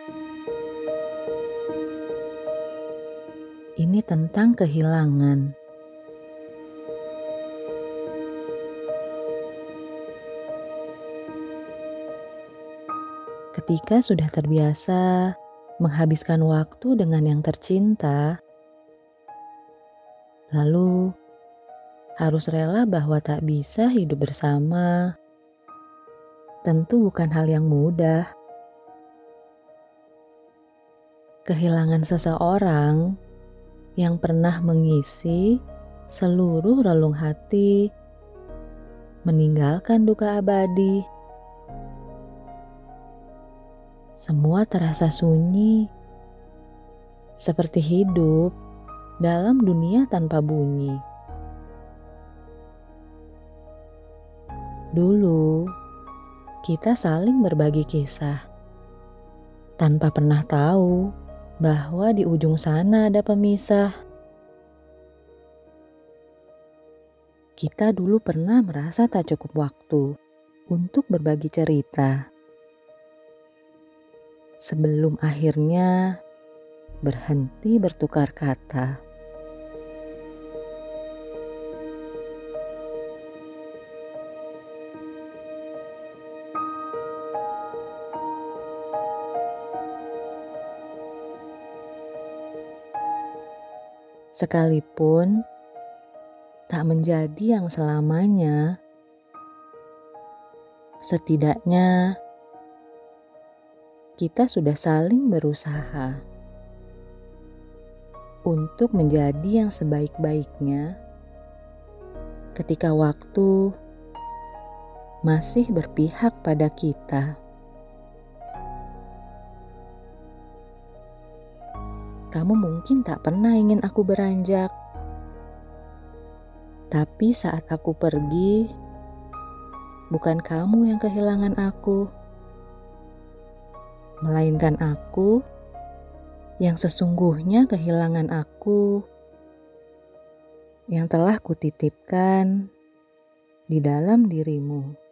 Ini tentang kehilangan. Ketika sudah terbiasa menghabiskan waktu dengan yang tercinta, lalu harus rela bahwa tak bisa hidup bersama, tentu bukan hal yang mudah. Kehilangan seseorang yang pernah mengisi seluruh relung hati, meninggalkan duka abadi. Semua terasa sunyi, seperti hidup dalam dunia tanpa bunyi. Dulu, kita saling berbagi kisah, tanpa pernah tahu bahwa di ujung sana ada pemisah. Kita dulu pernah merasa tak cukup waktu untuk berbagi cerita, sebelum akhirnya berhenti bertukar kata. Sekalipun tak menjadi yang selamanya, setidaknya kita sudah saling berusaha untuk menjadi yang sebaik-baiknya ketika waktu masih berpihak pada kita. Kamu mungkin tak pernah ingin aku beranjak, tapi saat aku pergi, bukan kamu yang kehilangan aku, melainkan aku yang sesungguhnya kehilangan aku yang telah kutitipkan di dalam dirimu.